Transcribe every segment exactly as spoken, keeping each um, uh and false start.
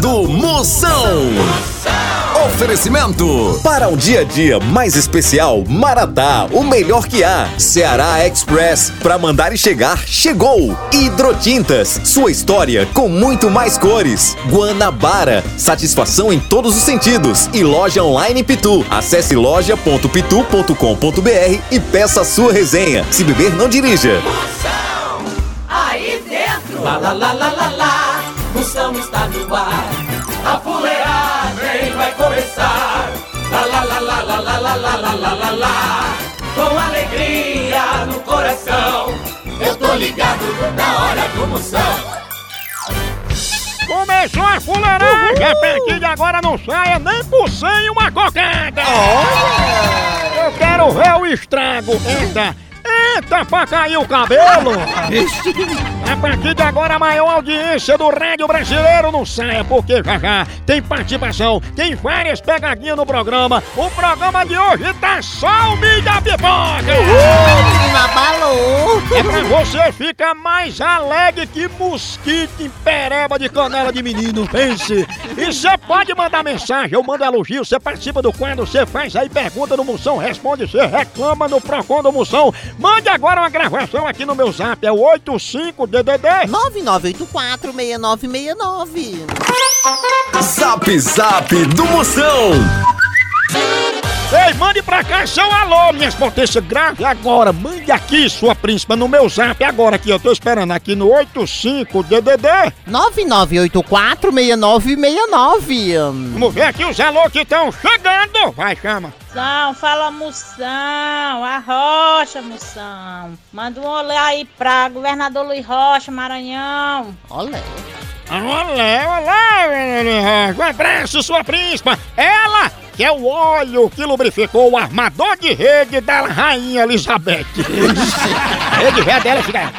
do Moção. Oferecimento. Para um dia a dia mais especial, Maratá, o melhor que há. Ceará Express, para mandar e chegar, chegou. Hidrotintas, sua história com muito mais cores. Guanabara, satisfação em todos os sentidos. E loja online Pitu. Acesse loja ponto pitu ponto com ponto br e peça a sua resenha. Se beber, não dirija. Moção, aí dentro. Lá, lá, lá, lá, lá, lá. Moção está no ar. A fuleagem vai começar. Lá, lá, lá, lá, lá, lá, lá, lá, lá, lá, lá, lá. Com alegria no coração. Eu tô ligado na hora do Moção. Começou a fuleiragem, a partir de agora não saia nem por cem uma cocada. Oh. Eu quero ver o estrago. Eita, eita pra cair o cabelo. A partir de agora a maior audiência do rádio brasileiro não saia, porque já já tem participação, tem várias pegadinhas no programa. O programa de hoje tá só o mídia pipoca. Uhul, abalou. É pra você ficar mais alegre que mosquito em pereba de canela de menino, pense. E você pode mandar mensagem, eu mando elogio, você participa do quadro, você faz aí pergunta no Moção, responde, você reclama no Procon do Moção. Mande agora uma gravação aqui no meu zap, é o oito cinco D D D nove nove oito quatro seis nove seis nove. Zap Zap do Moção. Ei, mande pra cá seu alô, minhas potências, grave agora, mande aqui sua príncipa no meu zap agora aqui, eu tô esperando aqui no oito cinco D D D nove nove oito quatro seis nove seis nove. Vamos ver aqui os alô que estão chegando, vai, chama. Moção, fala Moção, a Rocha, Moção. Manda um olé aí pra governador Luiz Rocha, Maranhão. Olé. Olé, olé, um abraço, sua príncipa. Ela que é o óleo que lubrificou o armador de rede da rainha Elizabeth. A rede velha dela fica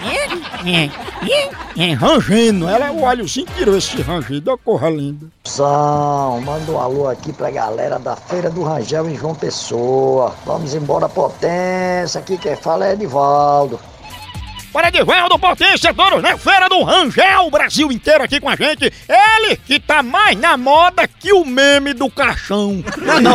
rangendo. Ela é o óleozinho que tirou esse rangido, corra linda. Moção, manda um alô aqui pra galera da Feira do Rangel em João Pessoa. Vamos embora, potência, aqui quem fala é Edivaldo. Para Edivaldo Potência, todos na Feira do Rangel, o Brasil inteiro aqui com a gente. Ele que tá mais na moda que o meme do caixão. Não, não.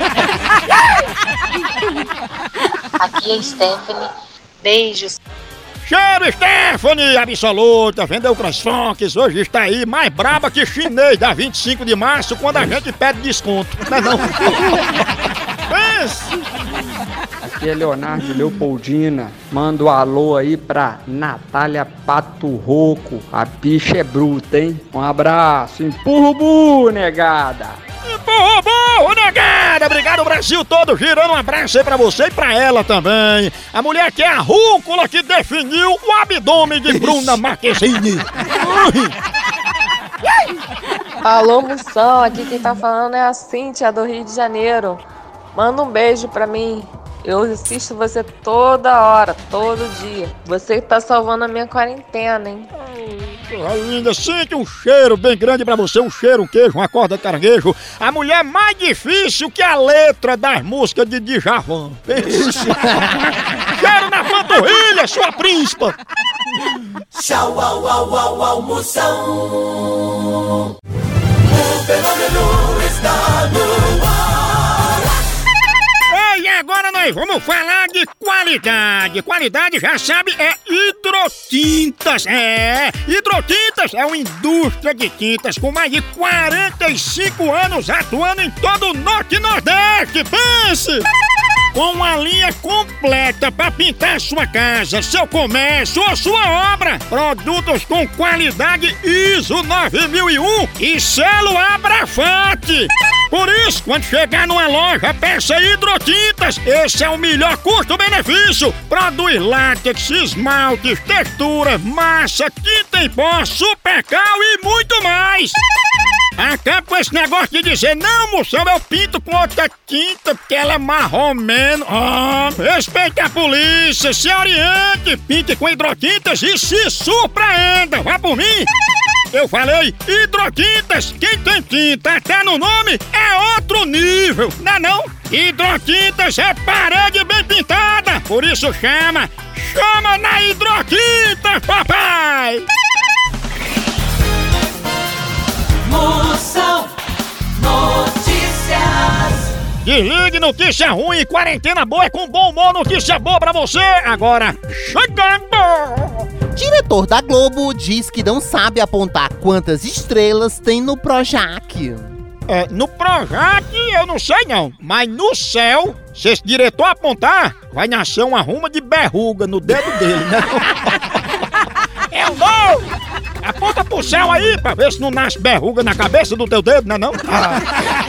Aqui é Stephanie, beijos. Cheiro, Stephanie, absoluta, vendeu Crossfonks, hoje está aí mais braba que chinês da vinte e cinco de março, quando a gente pede desconto. Não, não. Aqui é Leonardo Leopoldina, manda um alô aí pra Natália Pato Roco, a bicha é bruta, hein? Um abraço, empurra o burro, negada! Empurra o burro, negada! Obrigado, Brasil todo girando, um abraço aí pra você e pra ela também. A mulher que é a rúcula que definiu o abdômen de Bruna Marquezine. Alô, Moção, aqui quem tá falando é a Cíntia do Rio de Janeiro. Manda um beijo pra mim. Eu assisto você toda hora, todo dia. Você que tá salvando a minha quarentena, hein? Oh, linda, sinta um cheiro bem grande pra você, um cheiro, um queijo, uma corda de caranguejo. A mulher mais difícil que a letra das músicas de Djavan. Cheiro na panturrilha, sua príncipa. Tchau, au, au, au, au, Moção. O fenômeno está no ar. E agora nós vamos falar de qualidade. Qualidade, já sabe, é Hidrotintas. É, Hidrotintas é uma indústria de tintas com mais de quarenta e cinco anos atuando em todo o Norte e Nordeste. Pense! Com uma linha completa para pintar sua casa, seu comércio ou sua obra. Produtos com qualidade I S O nove mil e um e selo Abrafate. Por isso, quando chegar numa loja, peça Hidrotintas. Esse é o melhor custo-benefício. Produz látex, esmaltes, texturas, massa, tinta em pó, supercal e muito mais. Acaba com esse negócio de dizer, não, Moção, eu pinto com outra tinta porque ela é marromeno. Ah, respeite a polícia, se oriente, pinte com Hidrotintas e se surpreenda. Vá por mim. Eu falei Hidrotintas, quem tem tinta até no nome é outro nível, não é não? Hidrotintas é parede bem pintada, por isso chama, chama na Hidrotintas, papai! Moção. desligue, notícia ruim, quarentena boa é com bom humor, notícia boa pra você. Agora, chegando! Diretor da Globo diz que não sabe apontar quantas estrelas tem no Projac. É, no Projac eu não sei não, mas no céu, se esse diretor apontar, vai nascer uma ruma de berruga no dedo dele, né? Eu não! Aponta pro céu aí pra ver se não nasce berruga na cabeça do teu dedo, né não? Ah.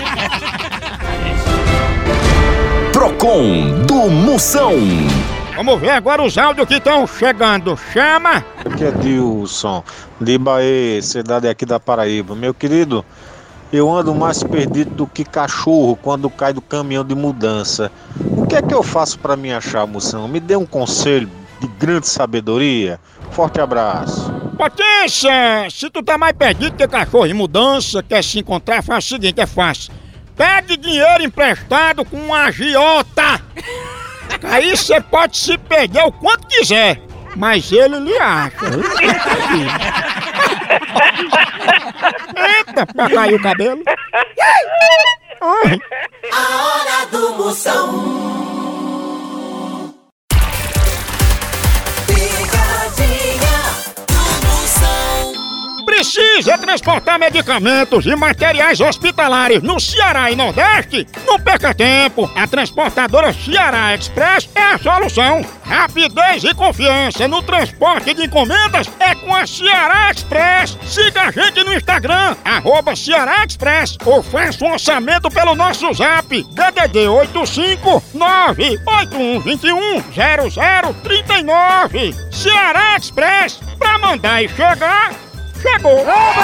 Procon do Moção. Vamos ver agora os áudios que estão chegando. Chama! Aqui é Dilson, de Bahia, cidade aqui da Paraíba. Meu querido, eu ando mais perdido do que cachorro quando cai do caminhão de mudança. O que é que eu faço para me achar, Moção? Me dê um conselho de grande sabedoria. Forte abraço. Potência! Se tu tá mais perdido que cachorro em mudança, quer se encontrar, faz o seguinte, é fácil. Pede dinheiro emprestado com uma agiota. Aí você pode se perder o quanto quiser, mas ele lhe acha. Eita, pra cair o cabelo. Ai. A hora do Moção. Precisa transportar medicamentos e materiais hospitalares no Ceará e Nordeste? Não perca tempo! A transportadora Ceará Express é a solução! Rapidez e confiança no transporte de encomendas é com a Ceará Express! Siga a gente no Instagram, arroba Ceará Express, ou faça um orçamento pelo nosso zap D D D oito cinco nove oito um dois um zero zero três nove. Ceará Express, pra mandar e chegar... Chegou!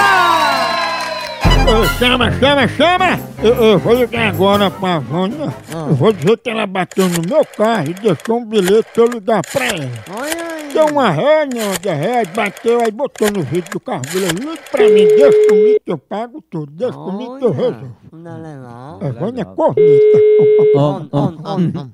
Oh, chama, chama, chama! Eu, eu vou ligar agora pra Vânia. Ah. Eu vou dizer que ela bateu no meu carro e deixou um bilhete pra eu ligar pra ela. Ai, ai. Deu uma ré, onde a ré, bateu, aí botou no vidro do carro dele. Liga pra mim, deixa comigo que eu pago tudo. Deixa oh, comigo que eu resolvo. Não, não, não. A Vânia é corneta. On, on, on,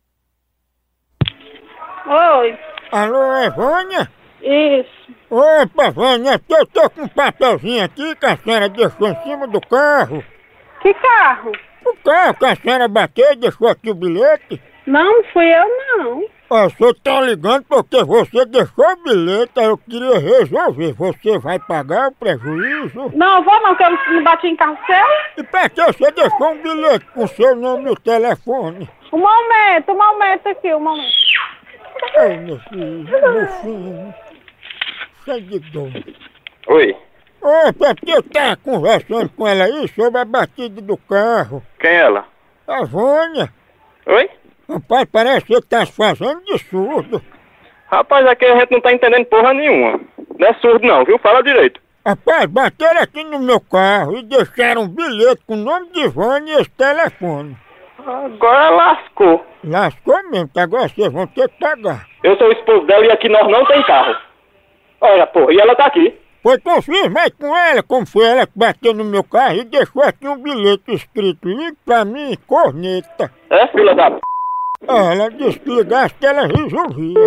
on. Oi. Alô, é Vânia? Isso. Opa, Vânia, eu tô com um papelzinho aqui que a senhora deixou em cima do carro. Que carro? O carro que a senhora bateu e deixou aqui o bilhete. Não, fui eu não. Ó, eu só tô ligando porque você deixou o bilhete, aí eu queria resolver. Você vai pagar o prejuízo? Não, vou não, que eu não bati em carro seu. E pra que você deixou um bilhete com seu nome no telefone? Um momento, um momento aqui, um momento. Ai, meu filho, meu filho. Cheio de dor. Oi. Opa, porque eu tava conversando com ela aí sobre a batida do carro. Quem é ela? A Vânia. Oi? Rapaz, parece que tá se fazendo de surdo. Rapaz, aqui a gente não tá entendendo porra nenhuma. Não é surdo não, viu? Fala direito. Rapaz, bateram aqui no meu carro e deixaram um bilhete com o nome de Vânia e esse telefone. Agora lascou. Lascou mesmo, que agora vocês vão ter que pagar. Eu sou o esposo dela e aqui nós não tem carro. Olha, porra, e ela tá aqui. Foi confirma aí com ela, como foi ela que bateu no meu carro e deixou aqui um bilhete escrito, ligue pra mim, corneta. É, filha da p... Ah, ela disse que ligasse que ela resolvia.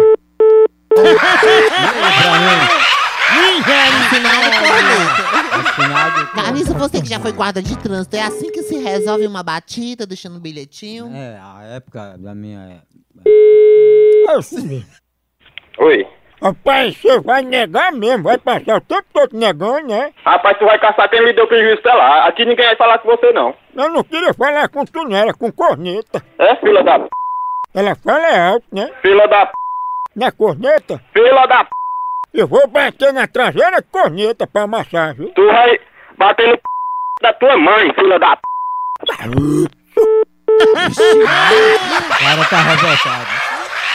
Carissa, você que já foi guarda de trânsito, é assim que se resolve uma batida, deixando um bilhetinho? É, a época da minha... É assim mesmo. Oi. Rapaz, você vai negar mesmo, vai passar o tempo todo negando, né? Rapaz, tu vai caçar quem lhe deu prejuízo, sei lá. Aqui ninguém vai falar com você, não. Eu não queria falar com tu, não, era com corneta. É, filha da p... Ela fala é alto, né? Filha da p... Na corneta? Filha da p... Eu vou bater na traseira de corneta pra amassar, viu? Tu vai bater no p... da tua mãe, filha da p... O cara tá revoltado.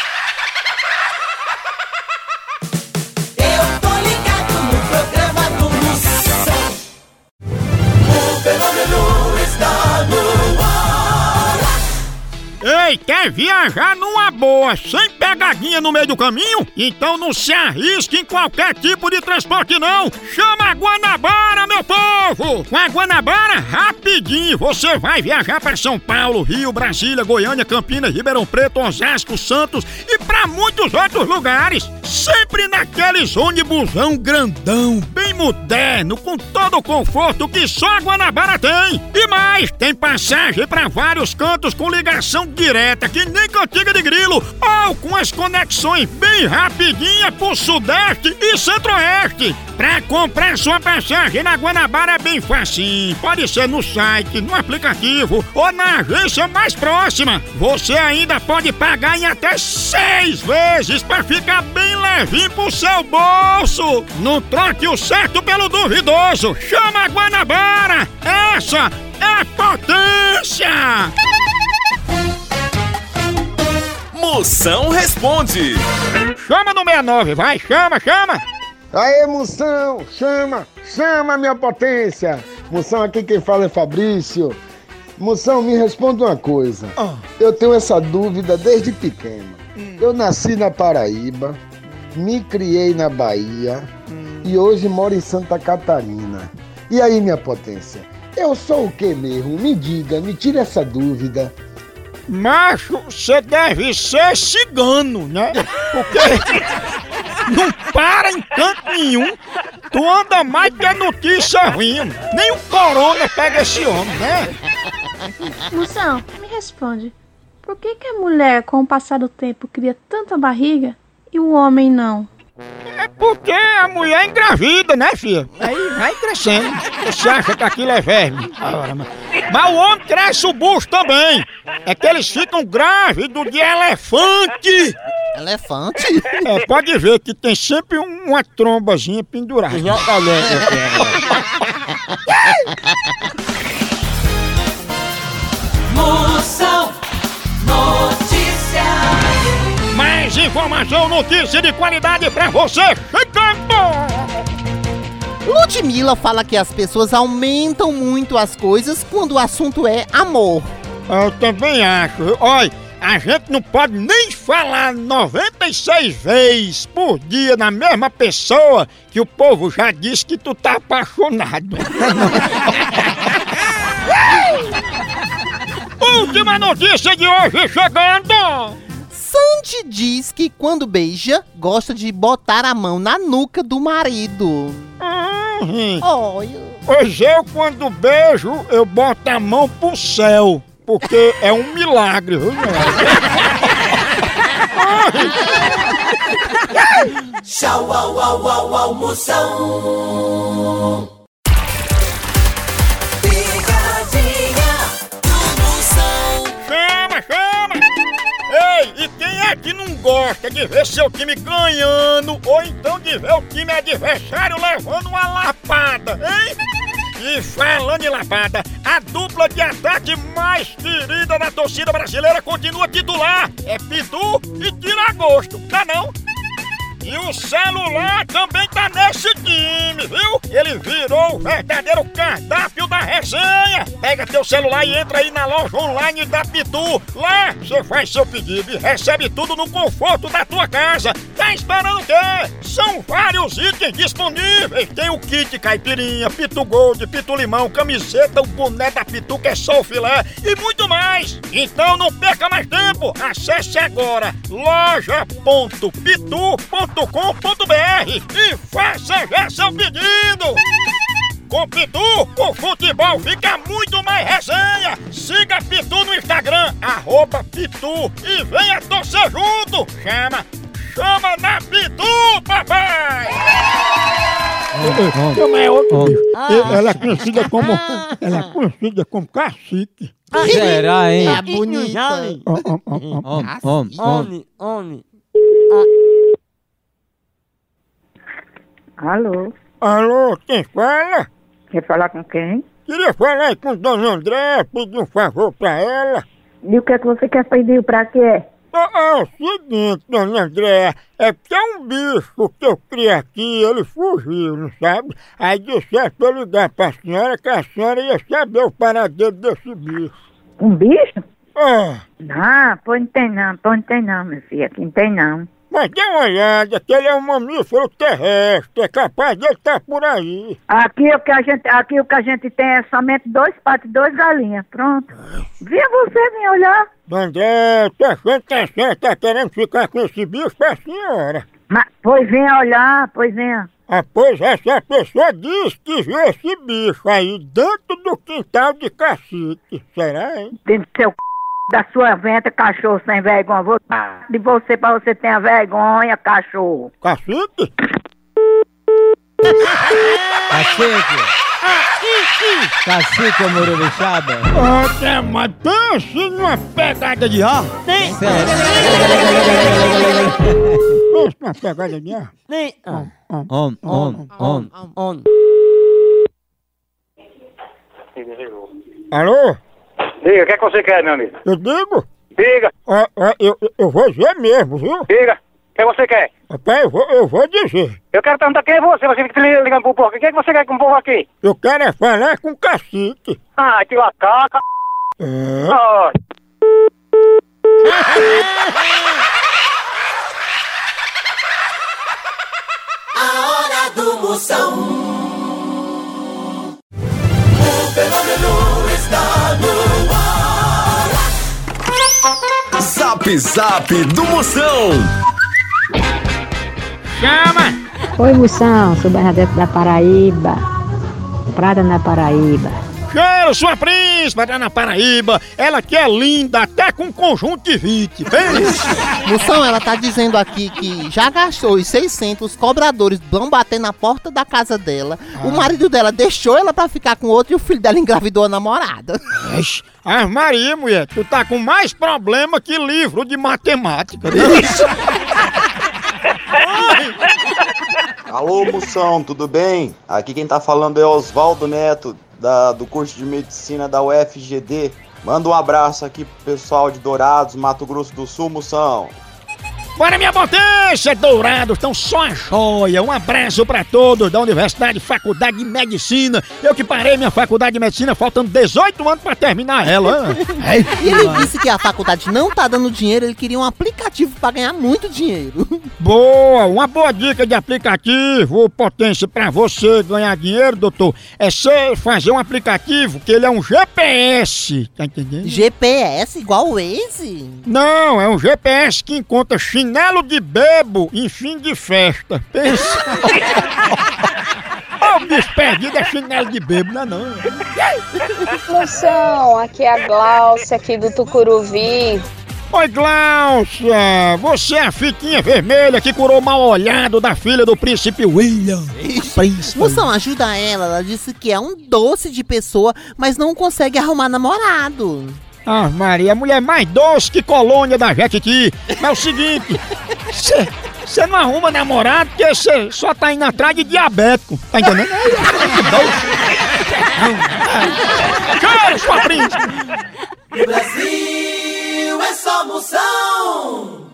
Ei, quer viajar numa boa, sem pegadinha no meio do caminho? Então não se arrisque em qualquer tipo de transporte não! Chama a Guanabara, meu povo! Com a Guanabara, rapidinho, você vai viajar para São Paulo, Rio, Brasília, Goiânia, Campinas, Ribeirão Preto, Osasco, Santos e para muitos outros lugares! Sempre naqueles ônibusão grandão, bem moderno, com todo o conforto que só a Guanabara tem. E mais, tem passagem para vários cantos com ligação direta, que nem cantiga de grilo, ou com as conexões bem rapidinhas pro Sudeste e Centro-Oeste. Pra comprar sua passagem na Guanabara é bem facinho. Pode ser no site, no aplicativo ou na agência mais próxima. Você ainda pode pagar em até seis vezes pra ficar bem levinho pro seu bolso. Não troque o certo pelo duvidoso. Chama a Guanabara. Essa é potência. Moção responde. Chama no sessenta e nove, vai, chama, chama. Aê, Moção, chama, chama minha potência. Moção, aqui quem fala é Fabrício. Moção, me responda uma coisa. Oh. Eu tenho essa dúvida desde pequeno. Hum. Eu nasci na Paraíba, me criei na Bahia hum. e hoje moro em Santa Catarina. E aí, minha potência, eu sou o que mesmo? Me diga, me tire essa dúvida. Macho, você deve ser cigano, né? Porque não para em canto nenhum. Tu anda mais que a notícia ruim. Nem o corona pega esse homem, né? Moção, me responde. Por que que a mulher, com o passar do tempo, cria tanta barriga e o homem não? É porque a mulher engravida, né, filha? Aí vai crescendo. Você acha que aquilo é verme? Mas o homem cresce o bucho também. É que eles ficam grávidos de elefante. Elefante? É, pode ver que tem sempre uma trombazinha pendurada. Moção Notícias. Mais informação, notícia de qualidade pra você. Chegando! Ludmilla fala que as pessoas aumentam muito as coisas quando o assunto é amor. Eu também acho. Olha, a gente não pode nem falar noventa e seis vezes por dia na mesma pessoa que o povo já disse que tu tá apaixonado. Última notícia de hoje chegando! Sandy diz que quando beija, gosta de botar a mão na nuca do marido. Uhum. Oh, Pois eu, quando beijo, eu boto a mão pro céu, porque é um milagre, viu? Tchau, au, au, au, au, Moção. Chama, chama! Ei, e quem é que não gosta de ver seu time ganhando ou então de ver o time adversário levando uma lapada, hein? E falando em lapada, a dupla de ataque mais querida da torcida brasileira continua titular. É Pitu e Tiragosto, tá não? E o celular também tá nesse time, viu? Ele virou o verdadeiro cardápio da resenha. Pega teu celular e entra aí na loja online da Pitu. Lá você faz seu pedido e recebe tudo no conforto da tua casa. Tá esperando o quê? São vários itens disponíveis. Tem o kit caipirinha, Pitu Gold, Pitu Limão, camiseta, o boné da Pitu que é só o filé e muito mais. Então não perca mais tempo. Acesse agora loja ponto pitu ponto com ponto br e faça já seu pedido! Com Pitu, o futebol fica muito mais resenha! Siga Pitu no Instagram, arroba Pitu e venha torcer junto! Chama! Chama na Pitu, papai! Como é outro bicho? Ela é conhecida como... Ela é conhecida como cacique. Será, hein? É bonita. Homem, homem, homem. Alô? Alô, quem fala? Quer falar com quem? Queria falar aí com Dona André, pedir um favor pra ela. E o que é que você quer pedir pra quê? É o seguinte, Dona André, é porque é um bicho que eu criei aqui, ele fugiu, não sabe? Aí disseram pra eu ligar pra senhora que a senhora ia saber o paradeiro desse bicho. Um bicho? É. Ah, pois não tem não, pois não tem não, meu filho, aqui não tem não. Mas dê uma olhada, que ele é um mamífero terrestre, é capaz de ele estar por aí. Aqui o que a gente, aqui o que a gente tem é somente dois patos e dois galinhas, pronto. Vinha você, vinha olhar. André, tô achando que a senhora tá querendo ficar com esse bicho pra senhora. Mas, pois venha olhar, pois venha. Ah, pois essa pessoa diz que viu esse bicho aí dentro do quintal de Cacique. Será, hein? Dentro do seu c... da sua venta, cachorro sem vergonha. Vou de você pra você ter a vergonha, cachorro. Cacique? Cacique! Cacique, amor bichada! Olha, mas pense numa pegada de ar! Nem! Pense numa pegada de ar! Nem! On, on, on, on. Alô? Diga, o que é que você quer, meu amigo? Eu digo? Diga! Ó, ó, eu, eu vou dizer mesmo, viu? Diga! O que você quer? Rapaz, eu vou, eu vou dizer. Eu quero perguntar quem é você, você fica ligando pro povo. O que é que você quer com o povo aqui? Eu quero é falar com o Cacique. Ah, te lascar, c... É. Ah. A hora do Moção. O fenômeno está no ar. Zap Zap do Moção. Chama! Oi, Moção, sou Bernadette da Paraíba, Prata na Paraíba. Cheiro, sua príncipa, tá na Paraíba. Ela que é linda, até com conjuntivite. Moção, ela tá dizendo aqui que já gastou os seiscentos cobradores, vão bater na porta da casa dela. Ah. O marido dela deixou ela pra ficar com outro e o filho dela engravidou a namorada. Ah, Maria, mulher, tu tá com mais problema que livro de matemática. Alô, Moção, tudo bem? Aqui quem tá falando é Oswaldo Neto, da, do curso de Medicina da U F G D. Manda um abraço aqui pro pessoal de Dourados, Mato Grosso do Sul, Moção. Bora, minha potência, Dourados, estão só a joia. Um abraço pra todos da Universidade Faculdade de Medicina. Eu que parei minha Faculdade de Medicina, faltando dezoito anos pra terminar ela. E ele disse que a faculdade não tá dando dinheiro, ele queria um aplicativo pra ganhar muito dinheiro. Boa, uma boa dica de aplicativo, potência, pra você ganhar dinheiro, doutor, é você fazer um aplicativo que ele é um G P S, tá entendendo? G P S igual o Waze? Não, é um G P S que encontra chinelo de bebo em fim de festa. Pensa. Ô, bicho perdido é chinelo de bebo, não é não. Moção, aqui é a Gláucia, aqui do Tucuruvi. Oi, Gláucia, você é a fitinha vermelha que curou o mal olhado da filha do príncipe William. Príncipe. Moção, ajuda ela, ela disse que é um doce de pessoa, mas não consegue arrumar namorado. Ah, Maria, a mulher mais doce que colônia da Jequiti. Mas é o seguinte, você não arruma namorado porque você só tá indo atrás de diabético, tá entendendo? Cara, sua príncipe! No Brasil é só Moção.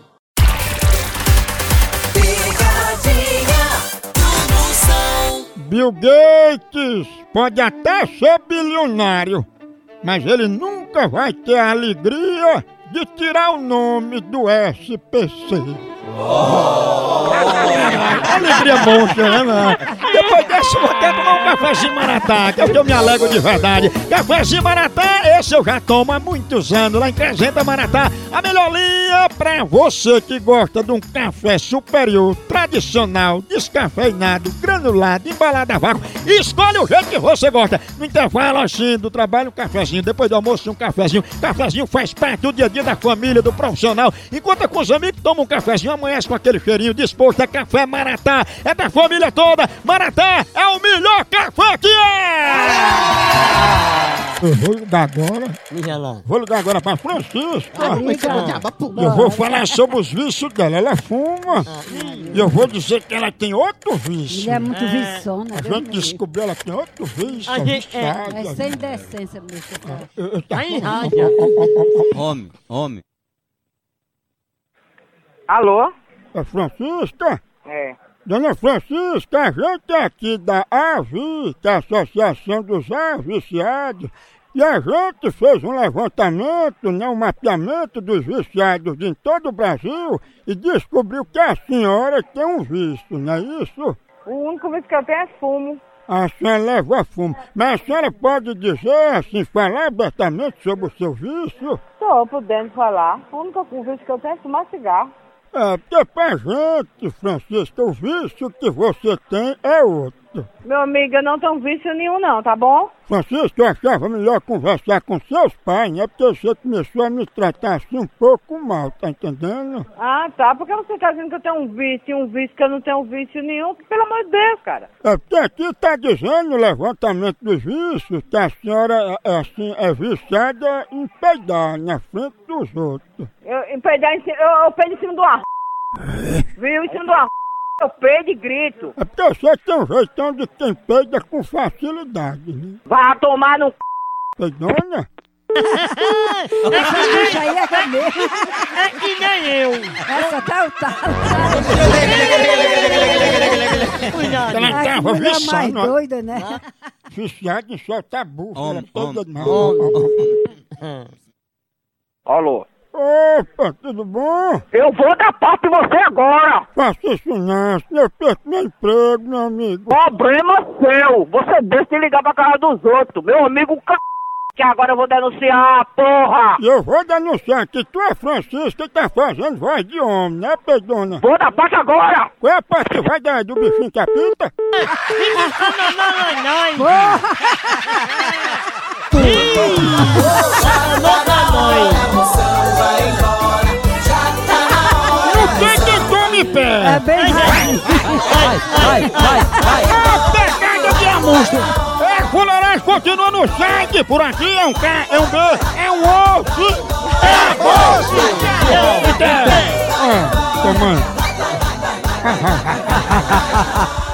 Picadinha do Moção. Bill Gates pode até ser bilionário, mas ele nunca vai ter a alegria de tirar o nome do S P C. Oh! Alegria monstra, né? Depois desse eu vou até tomar um cafezinho Maratá, que é o que eu me alegro de verdade. Cafezinho Maratá, esse eu já tomo há muitos anos, lá em Crescenta Maratá. A melhor linha pra você que gosta de um café superior, tradicional, descafeinado, granulado, embalado a vácuo. Escolhe o jeito que você gosta. No intervalo assim do trabalho, um cafezinho. Depois do almoço, um cafezinho. Cafezinho faz parte do dia a dia da família, do profissional. Enquanto com os amigos, toma um cafezinho, amanhece com aquele cheirinho disposto. É café Maratá, é da família toda. Maratá é o melhor café que é! Eu vou ligar agora. Liga lá. Vou ligar agora pra Francisca. Ah, eu vou falar sobre os vícios dela. Ela fuma. E eu vou dizer que ela tem outro vício. Ele é muito viçona. A gente descobriu que ela tem outro vício. A gente é, é sem decência mesmo. Aí, homem, homem. Alô? É Francisca? É. Dona Francisca, a gente é aqui da A V I, que é a Associação dos Aviciados, e a gente fez um levantamento, né, um mapeamento dos viciados em todo o Brasil e descobriu que a senhora tem um vício, não é isso? O único vício que eu tenho é fumo. A senhora leva fumo. Mas a senhora pode dizer, assim, falar abertamente sobre o seu vício? Estou podendo falar. O único vício que eu tenho é fumar cigarro. É, porque pra gente, Francisca, o vício que você tem é outro. Meu amigo, eu não tenho vício nenhum não, tá bom? Francisco, eu achava melhor conversar com seus pais, né? Porque você começou a me tratar assim um pouco mal, tá entendendo? Ah, tá. Por que você tá dizendo que eu tenho um vício e um vício que eu não tenho vício nenhum? Pelo amor de Deus, cara. É porque aqui tá dizendo no levantamento dos vícios que a senhora é, assim, é viciada em peidar na frente dos outros. Eu, em peidar em cima, eu, eu peido em cima do ar. Viu? Em cima do ar. Eu peido e grito. É porque você tem um jeitão de quem peida com facilidade, né? Vai tomar no c... Peidona? Essa bicha aí é comer. É que nem eu. Essa tá o tal. Ela tava mais viciada. doida, né? Viciada em soltar bucha. Ela peida demais. Alô? Opa, tudo bom? Eu vou dar parte de você agora. Faça isso não, senão eu perco meu emprego, meu amigo. Problema seu. Você deixa de ligar pra casa dos outros. Meu amigo c... que agora eu vou denunciar, porra. E eu vou denunciar que tu é Francisca e tá fazendo voz de homem, né, peidona? Vou dar parte agora. Qual é a parte que vai dar do bichinho que apita? Não tem que tome pé! É bem rápido. Vai, vai, vai, vai! É pegada de amostra! É, fuleiragem continua no sangue! Por aqui é um K, é um B, é um osso! É osso! É, é, é, é,